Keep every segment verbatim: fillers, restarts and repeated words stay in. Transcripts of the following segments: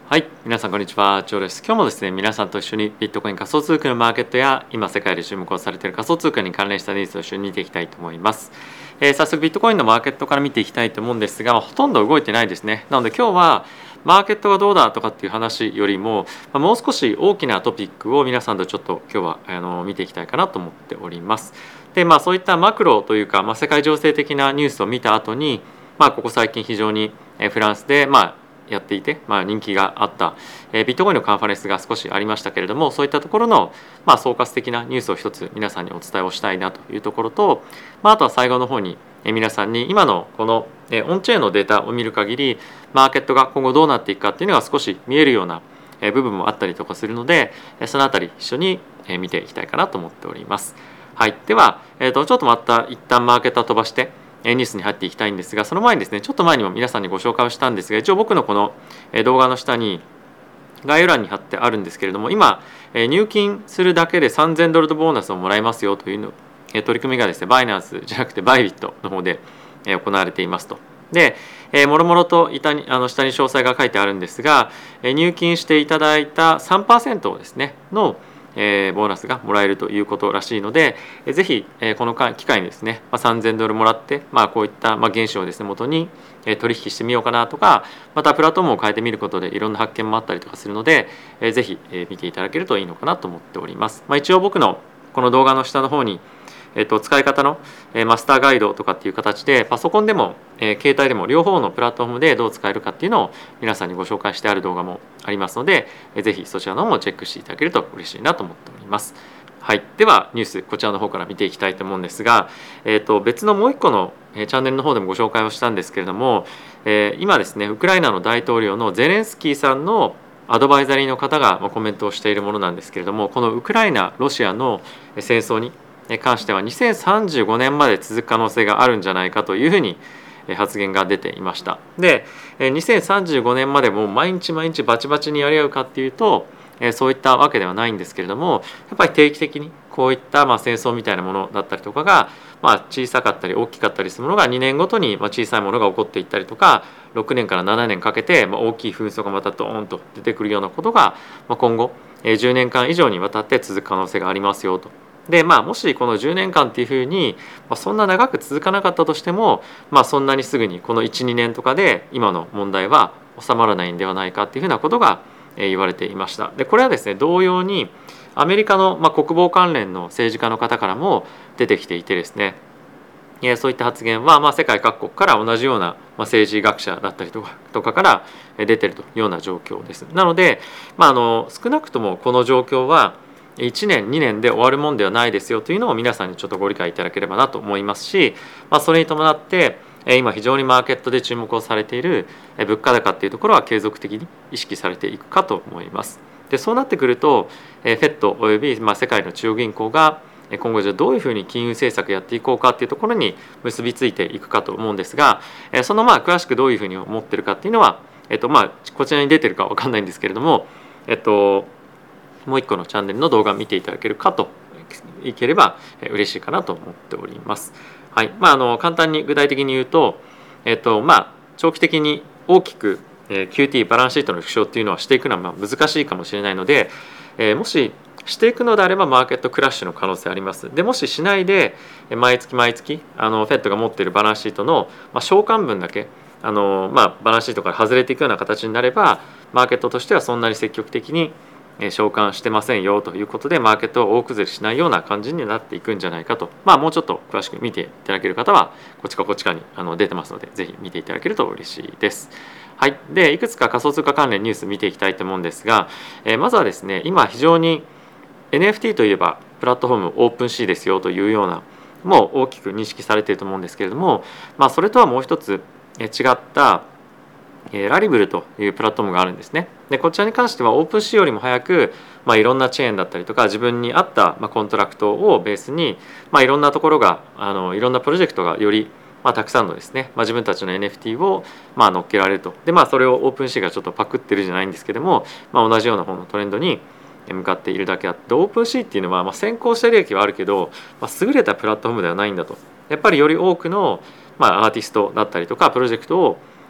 はい、皆さんこんにちは、ジョーです。今日もですね、皆さんと一緒にビットコイン仮想通貨のマーケットや今世界で注目をされている仮想通貨に関連したニュースを一緒に見ていきたいと思います。えー、早速ビットコインのマーケットから見ていきたいと思うんですが、ほとんど動いてないですね。なので今日はマーケットがどうだとかっていう話よりも、もう少し大きなトピックを皆さんとちょっと今日はあの見ていきたいかなと思っております。で、まあそういったマクロというか、まあ、世界情勢的なニュースを見た後に、まあここ最近非常にフランスでまあやっていて、まあ、人気があった、えー、ビットコインのカンファレンスが少しありましたけれども、そういったところの、まあ、総括的なニュースを一つ皆さんにお伝えをしたいなというところと、まあ、あとは最後の方に、えー、皆さんに今のこの、えー、オンチェーンのデータを見る限りマーケットが今後どうなっていくかっていうのが少し見えるような、えー、部分もあったりとかするので、えー、そのあたり一緒に、えー、見ていきたいかなと思っております。はい、では、えーと、ちょっとまた一旦マーケットを飛ばしてニュースに入っていきたいんですが、その前にですね、ちょっと前にも皆さんにご紹介をしたんですが、一応僕のこの動画の下に概要欄に貼ってあるんですけれども、今入金するだけでさんぜんドルのボーナスをもらえますよというの取り組みがですね、バイナンスじゃなくてバイビットの方で行われていますと。で、もろもろと下にあの下に詳細が書いてあるんですが、入金していただいた さんパーセント ですねのえー、ボーナスがもらえるということらしいので、えー、ぜひ、えー、この機会にですね、まあ、さんぜんドルもらって、まあ、こういった、まあ、原資をですね元に、えー、取引してみようかなとか、またプラットフォームを変えてみることでいろんな発見もあったりとかするので、えー、ぜひ、えー、見ていただけるといいのかなと思っております。まあ、一応僕のこの動画の下の方にえっと、使い方のマスターガイドとかっていう形でパソコンでも携帯でも両方のプラットフォームでどう使えるかっていうのを皆さんにご紹介してある動画もありますので、ぜひそちらの方もチェックしていただけると嬉しいなと思っております。はい、ではニュースこちらの方から見ていきたいと思うんですが、えっと、別のもう一個のチャンネルの方でもご紹介をしたんですけれども、今ですねウクライナの大統領のゼレンスキーさんのアドバイザリーの方がコメントをしているものなんですけれども、このウクライナロシアの戦争に関してはにせんさんじゅうごねんまで続く可能性があるんじゃないかというふうに発言が出ていました。で、にせんさんじゅうごねんまでも毎日毎日バチバチにやり合うかっていうとそういったわけではないんですけれども、やっぱり定期的にこういったまあ戦争みたいなものだったりとかがまあ小さかったり大きかったりするものがにねんごとにまあ小さいものが起こっていったりとか、ろくねんからななねんかけてまあ大きい紛争がまたドーンと出てくるようなことが今後じゅうねんかん以上にわたって続く可能性がありますよと。でまあ、もしこのじゅうねんかんっていうふうに、まあ、そんな長く続かなかったとしても、まあ、そんなにすぐにこのいちにねんとかで今の問題は収まらないんではないかっていうふうなことが言われていました。でこれはですね同様にアメリカの、まあ、国防関連の政治家の方からも出てきていてですね、そういった発言は、まあ、世界各国から同じような、まあ、政治学者だったりとかとかから出ているというような状況です。なので、まあ、あの少なくともこの状況はいちねんにねんで終わるもんではないですよというのを皆さんにちょっとご理解いただければなと思いますし、まあ、それに伴って今非常にマーケットで注目をされている物価高っていうところは継続的に意識されていくかと思います。でそうなってくると エフイーディー およびまあ世界の中央銀行が今後じゃどういうふうに金融政策やっていこうかっていうところに結びついていくかと思うんですが、そのまあ詳しくどういうふうに思ってるかっていうのは、えっとまあこちらに出てるか分かんないんですけれども、えっともう一個のチャンネルの動画を見ていただけるかといければ嬉しいかなと思っております。はい、まああの簡単に具体的に言うと、えっとまあ長期的に大きく キューティー バランスシートの縮小っていうのはしていくのはまあ難しいかもしれないので、えー、もししていくのであればマーケットクラッシュの可能性あります。でもししないで毎月毎月あの フェット が持っているバランスシートの、まあ、償還分だけあの、まあ、バランスシートから外れていくような形になればマーケットとしてはそんなに積極的に償還してませんよということでマーケットは大崩れしないような感じになっていくんじゃないかと、まあもうちょっと詳しく見ていただける方はこっちかこっちかにあの出てますのでぜひ見ていただけると嬉しいです。はい、でいくつか仮想通貨関連ニュース見ていきたいと思うんですが、えー、まずはですね今非常に エヌエフティー といえばプラットフォームオープンシーですよというようなもう大きく認識されていると思うんですけれども、まあ、それとはもう一つ違ったラリブルというプラットフォームがあるんですね。でこちらに関してはオープンシーよりも早く、まあ、いろんなチェーンだったりとか自分に合った、まあ、コントラクトをベースに、まあ、いろんなところがあのいろんなプロジェクトがより、まあ、たくさんのですね、まあ、自分たちの エヌエフティー を、まあ、乗っけられると。でまあそれをオープンシーがちょっとパクってるじゃないんですけども、まあ、同じような方のトレンドに向かっているだけあって、オープンシーっていうのは、まあ、先行した利益はあるけど、まあ、優れたプラットフォームではないんだと。やっぱりより多くの、まあ、アーティストだったりとかプロジェクトを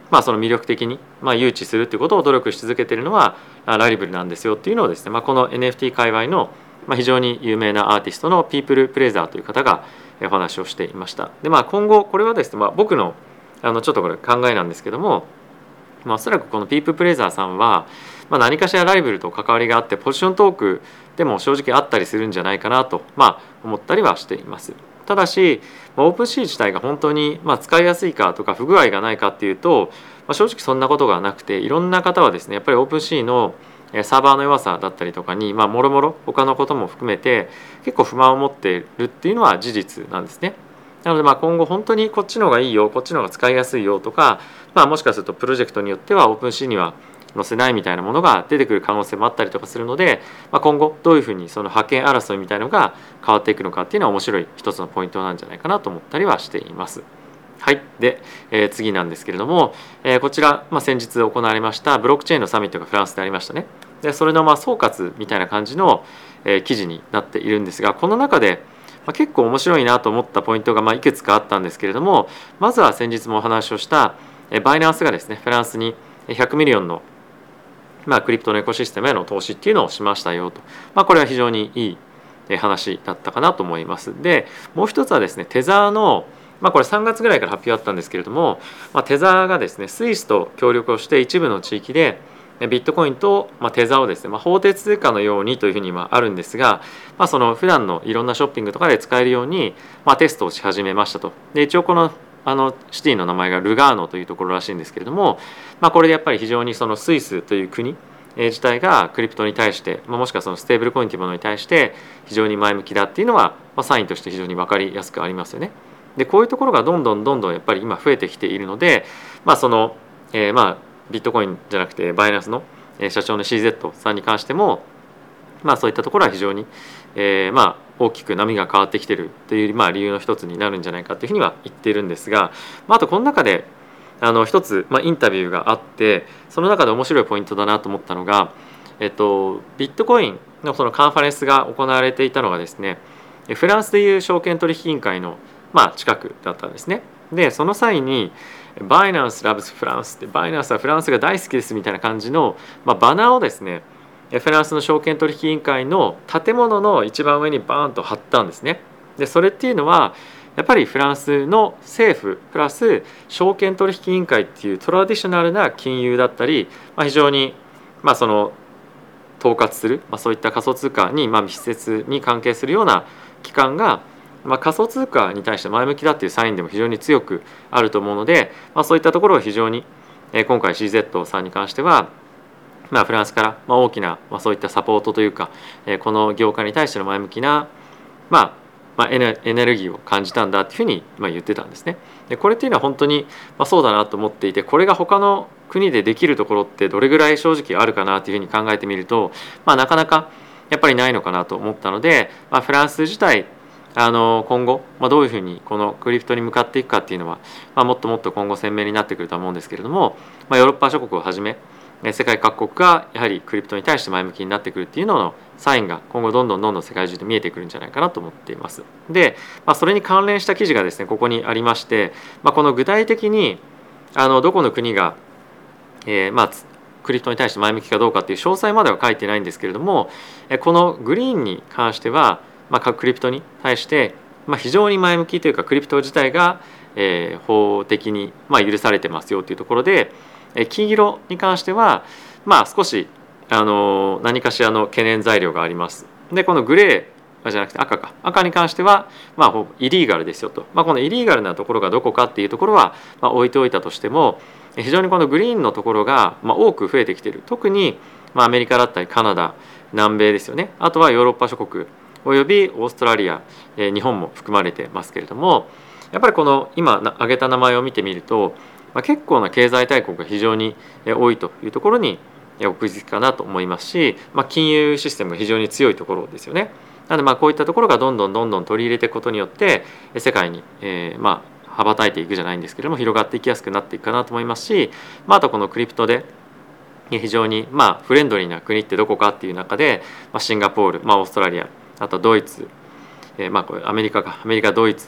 まあ、その魅力的に、まあ、誘致するっていうことを努力し続けているのはラリブルなんですよっていうのをですね、まあ、この エヌエフティー 界隈の非常に有名なアーティストのピープルプレザーという方がお話をしていました。で、まあ、今後これはですね、まあ、僕のあのちょっとこれ考えなんですけども、まあ、おそらくこのピープルプレザーさんは、まあ、何かしらライブルと関わりがあってポジショントークでも正直あったりするんじゃないかなと、まあ、思ったりはしています。ただし、まあ、オープンシー自体が本当にまあ使いやすいかとか不具合がないかっていうと、まあ、正直そんなことがなくて、いろんな方はですねやっぱりオープンシーのサーバーの弱さだったりとかに、まあ、もろもろ他のことも含めて結構不満を持っているっていうのは事実なんですね。なのでまあ今後本当にこっちの方がいいよ、こっちの方が使いやすいよとか、まあ、もしかするとプロジェクトによってはオープンシーには載せないみたいなものが出てくる可能性もあったりとかするので、まあ、今後どういうふうにその覇権争いみたいなのが変わっていくのかっていうのは面白い一つのポイントなんじゃないかなと思ったりはしています。はい、で、えー、次なんですけれども、えー、こちら、まあ、先日行われましたブロックチェーンのサミットがフランスでありましたね。でそれのまあ総括みたいな感じの、えー、記事になっているんですが、この中で、まあ、結構面白いなと思ったポイントがまあいくつかあったんですけれども、まずは先日もお話をした、えー、バイナンスがですねフランスにひゃくミリオンのまあ、クリプトのエコシステムへの投資っていうのをしましたよと、まあ、これは非常にいい話だったかなと思います。でもう一つはですねテザーの、まあ、これさんがつぐらいから発表あったんですけれども、まあ、テザーがですねスイスと協力をして一部の地域でビットコインと、まあ、テザーをですね、まあ、法定通貨のようにというふうに今あるんですが、まあ、その普段のいろんなショッピングとかで使えるように、まあ、テストをし始めましたと。で一応このあのシティの名前がルガーノというところらしいんですけれども、まあ、これでやっぱり非常にそのスイスという国自体がクリプトに対して、まあ、もしくはそのステーブルコインというものに対して非常に前向きだっていうのは、まあ、サインとして非常に分かりやすくありますよね。でこういうところがどんどんどんどんやっぱり今増えてきているので、まあそのえー、まあビットコインじゃなくてバイナンスの社長の シーゼット さんに関しても、まあそういったところは非常に、えー、まあ大きく波が変わってきているという、まあ、理由の一つになるんじゃないかというふうには言っているんですが、まあ、あとこの中であの一つ、まあ、インタビューがあって、その中で面白いポイントだなと思ったのが、えっと、ビットコインのそのカンファレンスが行われていたのがですねフランスでいう証券取引委員会の、まあ、近くだったんですね。でその際にバイナンスラブスフランスって、バイナンスはフランスが大好きですみたいな感じの、まあ、バナーをですねフランスの証券取引委員会の建物の一番上にバーンと貼ったんですね。でそれっていうのはやっぱりフランスの政府プラス証券取引委員会っていうトラディショナルな金融だったり、まあ、非常にまあその統括する、まあ、そういった仮想通貨にまあ密接に関係するような機関が、まあ、仮想通貨に対して前向きだっていうサインでも非常に強くあると思うので、まあ、そういったところを非常に今回 シーゼット さんに関してはまあ、フランスから大きな、まあ、そういったサポートというか、この業界に対しての前向きな、まあまあ、エネルギーを感じたんだっていうふうにまあ言ってたんですね。でこれっていうのは本当にまあそうだなと思っていて、これが他の国でできるところってどれぐらい正直あるかなっていうふうに考えてみると、まあ、なかなかやっぱりないのかなと思ったので、まあ、フランス自体あの今後、まあ、どういうふうにこのクリプトに向かっていくかっていうのは、まあ、もっともっと今後鮮明になってくると思うんですけれども、まあ、ヨーロッパ諸国をはじめ世界各国がやはりクリプトに対して前向きになってくるっていうののサインが今後どんどんどんどん世界中で見えてくるんじゃないかなと思っています。で、まあ、それに関連した記事がですねここにありまして、まあ、この具体的にあのどこの国が、えー、まあクリプトに対して前向きかどうかっていう詳細までは書いてないんですけれども、このグリーンに関しては、まあ、クリプトに対してまあ非常に前向きというか、クリプト自体が、えー、法的にまあ許されてますよというところで、黄色に関してはまあ少しあの何かしらの懸念材料があります。でこのグレーじゃなくて赤か赤に関してはまあイリーガルですよと、まあ、このイリーガルなところがどこかっていうところはまあ置いておいたとしても、非常にこのグリーンのところがまあ多く増えてきている。特にまあアメリカだったりカナダ、南米ですよね。あとはヨーロッパ諸国およびオーストラリア、日本も含まれてますけれども、やっぱりこの今挙げた名前を見てみると、まあ、結構な経済大国が非常に多いというところにお気づきかなと思いますし、まあ、金融システムが非常に強いところですよね。なのでまあこういったところがどんどんどんどん取り入れていくことによって世界に、えー、まあ羽ばたいていくじゃないんですけれども、広がっていきやすくなっていくかなと思いますし、まあ、あとこのクリプトで非常にまあフレンドリーな国ってどこかっていう中で、まあ、シンガポール、まあ、オーストラリア、あとドイツ、えー、まあこれアメリカかアメリカドイツ、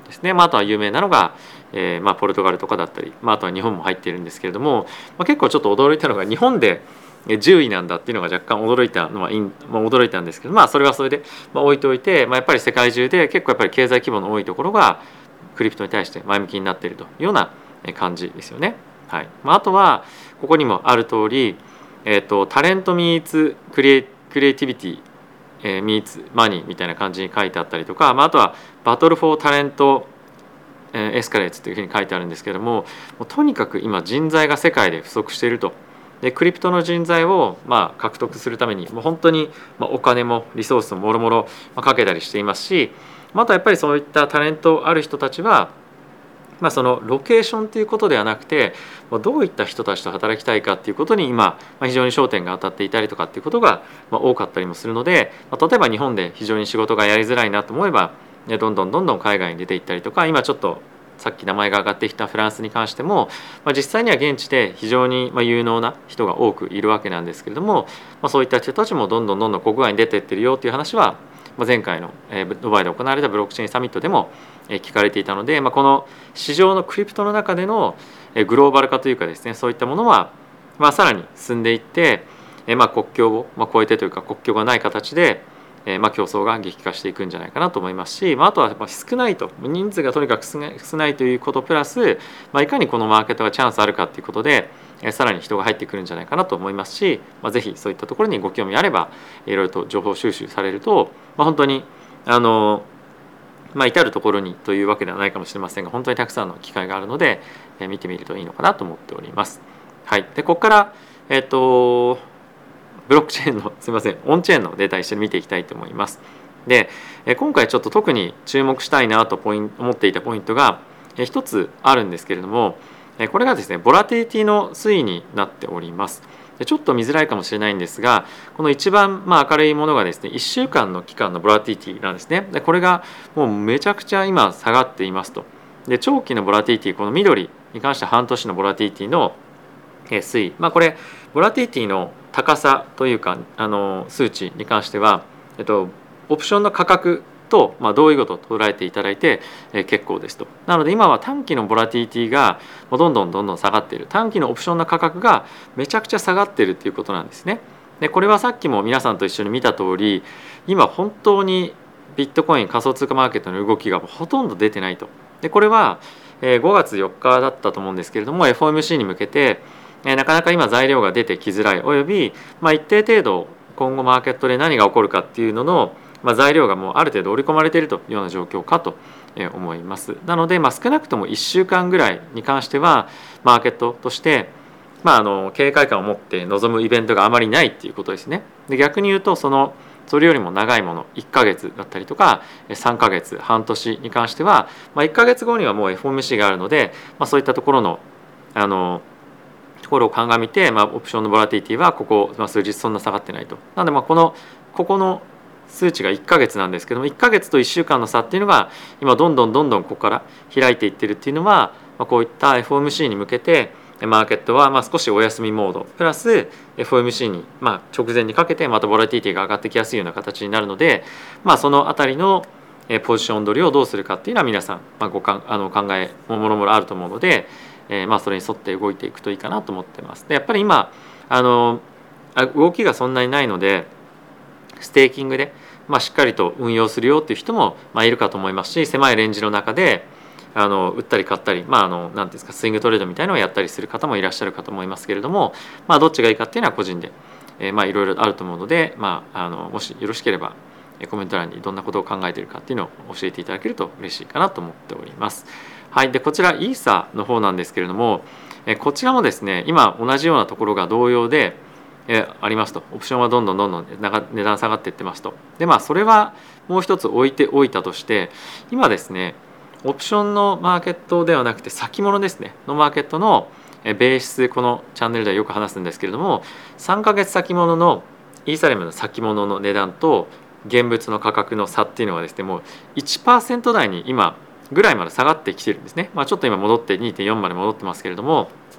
ですね、まあ、あとは有名なのが、えーまあ、ポルトガルとかだったり、まあ、あとは日本も入っているんですけれども、まあ、結構ちょっと驚いたのが日本でじゅういなんだっていうのが若干驚いたのは、まあ、驚いたんですけど、まあそれはそれで、まあ、置いておいて、まあ、やっぱり世界中で結構やっぱり経済規模の多いところがクリプトに対して前向きになっているというような感じですよね。はい。まあ、あとはここにもある通り、えーと、タレントミーツクリエイクリエイティビティ、えー、ミーツマニーみたいな感じに書いてあったりとか、まあ、あとはバトルフォータレントエスカレーツというふうに書いてあるんですけども、もうとにかく今人材が世界で不足していると。でクリプトの人材をまあ獲得するためにもう本当にお金もリソースももろもろかけたりしていますし、またやっぱりそういったタレントある人たちは、まあ、そのロケーションということではなくてどういった人たちと働きたいかっていうことに今非常に焦点が当たっていたりとかっていうことが多かったりもするので、例えば日本で非常に仕事がやりづらいなと思えばどんどんどんどん海外に出ていったりとか、今ちょっとさっき名前が挙がってきたフランスに関しても、まあ、実際には現地で非常に有能な人が多くいるわけなんですけれども、まあ、そういった人たちもどんどんどんどん国外に出ていってるよという話は、まあ、前回のドバイで行われたブロックチェーンサミットでも聞かれていたので、まあ、この市場のクリプトの中でのグローバル化というかですね、そういったものはまあさらに進んでいって、まあ国境を越えてというか国境がない形でえー、まあ競争が激化していくんじゃないかなと思いますし、まあ、あとはやっぱ少ないと人数がとにかく少ないということプラス、まあ、いかにこのマーケットがチャンスあるかということで、えー、さらに人が入ってくるんじゃないかなと思いますし、まあ、ぜひそういったところにご興味あればいろいろと情報収集されると、まあ、本当にあのまあ至るところにというわけではないかもしれませんが、本当にたくさんの機会があるので、えー、見てみるといいのかなと思っております。はい、でここからえっ、ー、とブロックチェーンのすみませんオンチェーンのデータ一緒に見ていきたいと思います。で今回ちょっと特に注目したいなとポイン思っていたポイントが一つあるんですけれども、これがですねボラティリティの推移になっております。でちょっと見づらいかもしれないんですが、この一番まあ明るいものがですねいっしゅうかんの期間のボラティリティなんですね。でこれがもうめちゃくちゃ今下がっていますと。で長期のボラティリティ、この緑に関して半年のボラティリティの推移、まあこれボラティリティの高さというかあの数値に関しては、えっと、オプションの価格と、まあ、同意語と捉えていただいて、えー、結構ですと。なので今は短期のボラティリティがもうどんどんどんどん下がっている、短期のオプションの価格がめちゃくちゃ下がっているということなんですね。でこれはさっきも皆さんと一緒に見た通り、今本当にビットコイン仮想通貨マーケットの動きがほとんど出てないと。でこれはごがつよっかだったと思うんですけれども エフオーエムシー に向けてなかなか今材料が出てきづらい、および、まあ、一定程度今後マーケットで何が起こるかっていうのの、まあ、材料がもうある程度織り込まれているというような状況かと思います。なので、まあ、少なくともいっしゅうかんぐらいに関してはマーケットとして、まあ、あの警戒感を持って臨むイベントがあまりないっていうことですね。で逆に言うとそのそれよりも長いものいっかげつだったりとかさんかげつ半年に関しては、まあ、いっかげつごにはもう エフオーエムシー があるので、まあ、そういったところのあのところを鑑みて、まあ、オプションのボラティリティはここ、まあ、数日そんな下がってないと。なのでまあこのここの数値がいっかげつなんですけども、いっかげつといっしゅうかんの差っていうのが今どんどんどんどんここから開いていってるっていうのは、まあ、こういった エフオーエムシー に向けてマーケットはまあ少しお休みモードプラス エフオーエムシー にまあ直前にかけてまたボラティリティが上がってきやすいような形になるので、まあ、そのあたりのポジション取りをどうするかっていうのは皆さん、まあ、ごかんあの考えもろもろあると思うので、えー、まあそれに沿って動いていくといいかなと思ってます。でやっぱり今あの動きがそんなにないのでステーキングで、まあ、しっかりと運用するよっていう人もまあいるかと思いますし、狭いレンジの中であの売ったり買ったり、まああのなんていうんですかスイングトレードみたいなのをやったりする方もいらっしゃるかと思いますけれども、まあどっちがいいかっていうのは個人で、えー、まあいろいろあると思うので、まああのもしよろしければコメント欄にどんなことを考えているかっていうのを教えていただけると嬉しいかなと思っております。はい、でこちらイーサの方なんですけれども、えこちらもですね今同じようなところが同様でえありますと。オプションはどんどんどんどん値段下がっていってますと。でまあそれはもう一つ置いておいたとして、今ですねオプションのマーケットではなくて先物ですねのマーケットのベーシス、このチャンネルではよく話すんですけれども、さんかげつ先物のイーサリアムの先物の値段と現物の価格の差っていうのはですねもう いちパーセント 台に今ぐらいまで下がってきてるんですね。まあ、ちょっと今戻って にてんよん まで戻ってますけれども、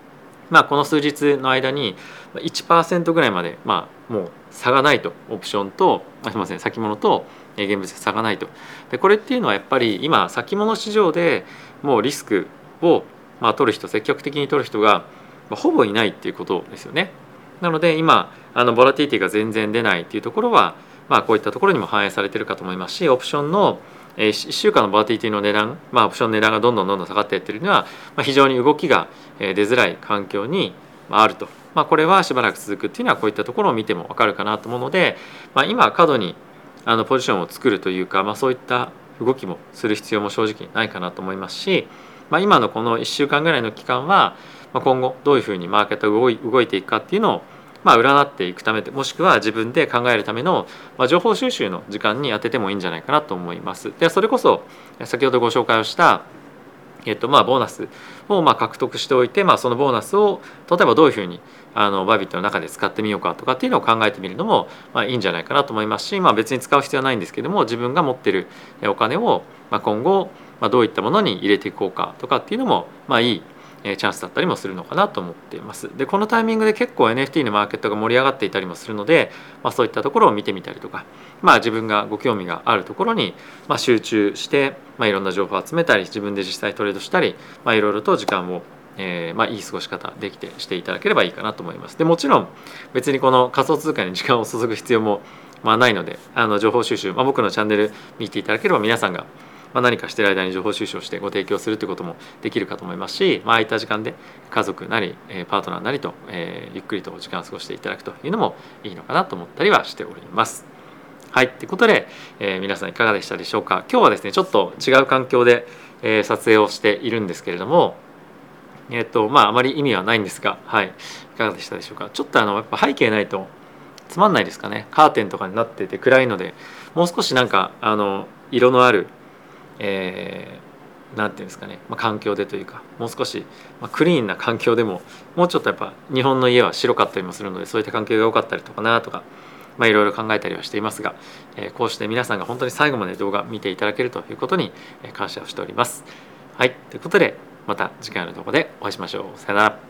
まあ、この数日の間にいちパーセントぐらいまで、まあ、もう差がないと、オプションとあすみません先物と現物で差がないと。でこれっていうのはやっぱり今先物市場でもうリスクをまあ取る人、積極的に取る人がほぼいないっていうことですよね。なので今あのボラティティが全然出ないっていうところは、まあ、こういったところにも反映されているかと思いますし、オプションのいっしゅうかんのボラティティの値段、まあ、オプションの値段がどんどんどんどん下がっていっているのは、まあ、非常に動きが出づらい環境にあると、まあ、これはしばらく続くっていうのはこういったところを見ても分かるかなと思うので、まあ、今過度にあのポジションを作るというか、まあ、そういった動きもする必要も正直ないかなと思いますし、まあ、今のこのいっしゅうかんぐらいの期間は今後どういうふうにマーケットが動い動いていくかっていうのをまあ占っていくためで、もしくは自分で考えるための情報収集の時間に当ててもいいんじゃないかなと思います。でそれこそ先ほどご紹介をしたえっとまあボーナスをまあ獲得しておいて、まあ、そのボーナスを例えばどういうふうにあのバイビットの中で使ってみようかとかっていうのを考えてみるのもまあいいんじゃないかなと思いますし、まあ、別に使う必要はないんですけども、自分が持っているお金をまあ今後まあどういったものに入れていこうかとかっていうのもまあいいチャンスだったりもするのかなと思っています。でこのタイミングで結構 エヌエフティー のマーケットが盛り上がっていたりもするので、まあ、そういったところを見てみたりとか、まあ、自分がご興味があるところにまあ集中して、まあ、いろんな情報を集めたり、自分で実際トレードしたり、まあ、いろいろと時間をえーまあ、いい過ごし方できてしていただければいいかなと思います。でもちろん別にこの仮想通貨に時間を注ぐ必要もまあないので、あの情報収集、まあ、僕のチャンネル見ていただければ皆さんがまあ何かしている間に情報収集をしてご提供するということもできるかと思いますし、まあ、空いた時間で家族なりパートナーなりと、えー、ゆっくりと時間を過ごしていただくというのもいいのかなと思ったりはしております。はい、ということで、えー、皆さんいかがでしたでしょうか。今日はですねちょっと違う環境で、えー、撮影をしているんですけれども、えっとまああまり意味はないんですが、はい、いかがでしたでしょうか。ちょっとあのやっぱ背景ないとつまんないですかね。カーテンとかになってて暗いので、もう少しなんかあの色のある、えー、なんていうんですかね、まあ、環境でというか、もう少し、まあ、クリーンな環境でももうちょっとやっぱ日本の家は白かったりもするので、そういった環境が良かったりとかなとか、まあ、いろいろ考えたりはしていますが、えー、こうして皆さんが本当に最後まで動画見ていただけるということに感謝をしております。はい、ということでまた次回の動画でお会いしましょう。さよなら。